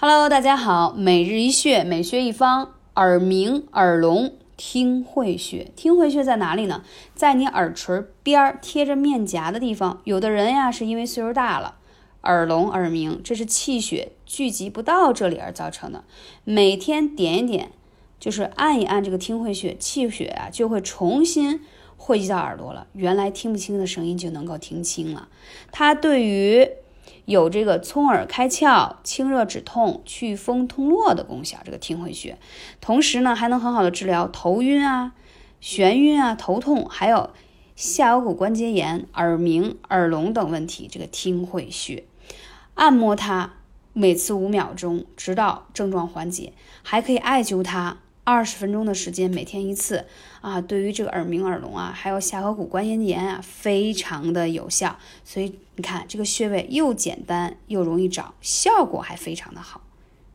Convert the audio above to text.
Hello， 大家好，每日一穴，每穴一方，耳鸣、耳聋、听会穴。听会穴在哪里呢？在你耳垂边贴着面颊的地方。有的人呀，是因为岁数大了，耳聋、耳鸣，这是气血聚集不到这里而造成的。每天点一点，就是按一按这个听会穴，气血啊就会重新汇集到耳朵了。原来听不清的声音就能够听清了。它对于有这个聪耳开窍、清热止痛、祛风通络的功效，这个听会穴。同时呢，还能很好的治疗头晕啊、眩晕啊、头痛，还有下颌骨关节炎、耳鸣、耳聋等问题。这个听会穴，按摩它，每次5秒钟，直到症状缓解。还可以艾灸它20分钟的时间，每天1次啊。对于这个耳鸣、耳聋啊，还有下颌骨关节炎啊，非常的有效。所以你看，这个穴位又简单又容易找，效果还非常的好。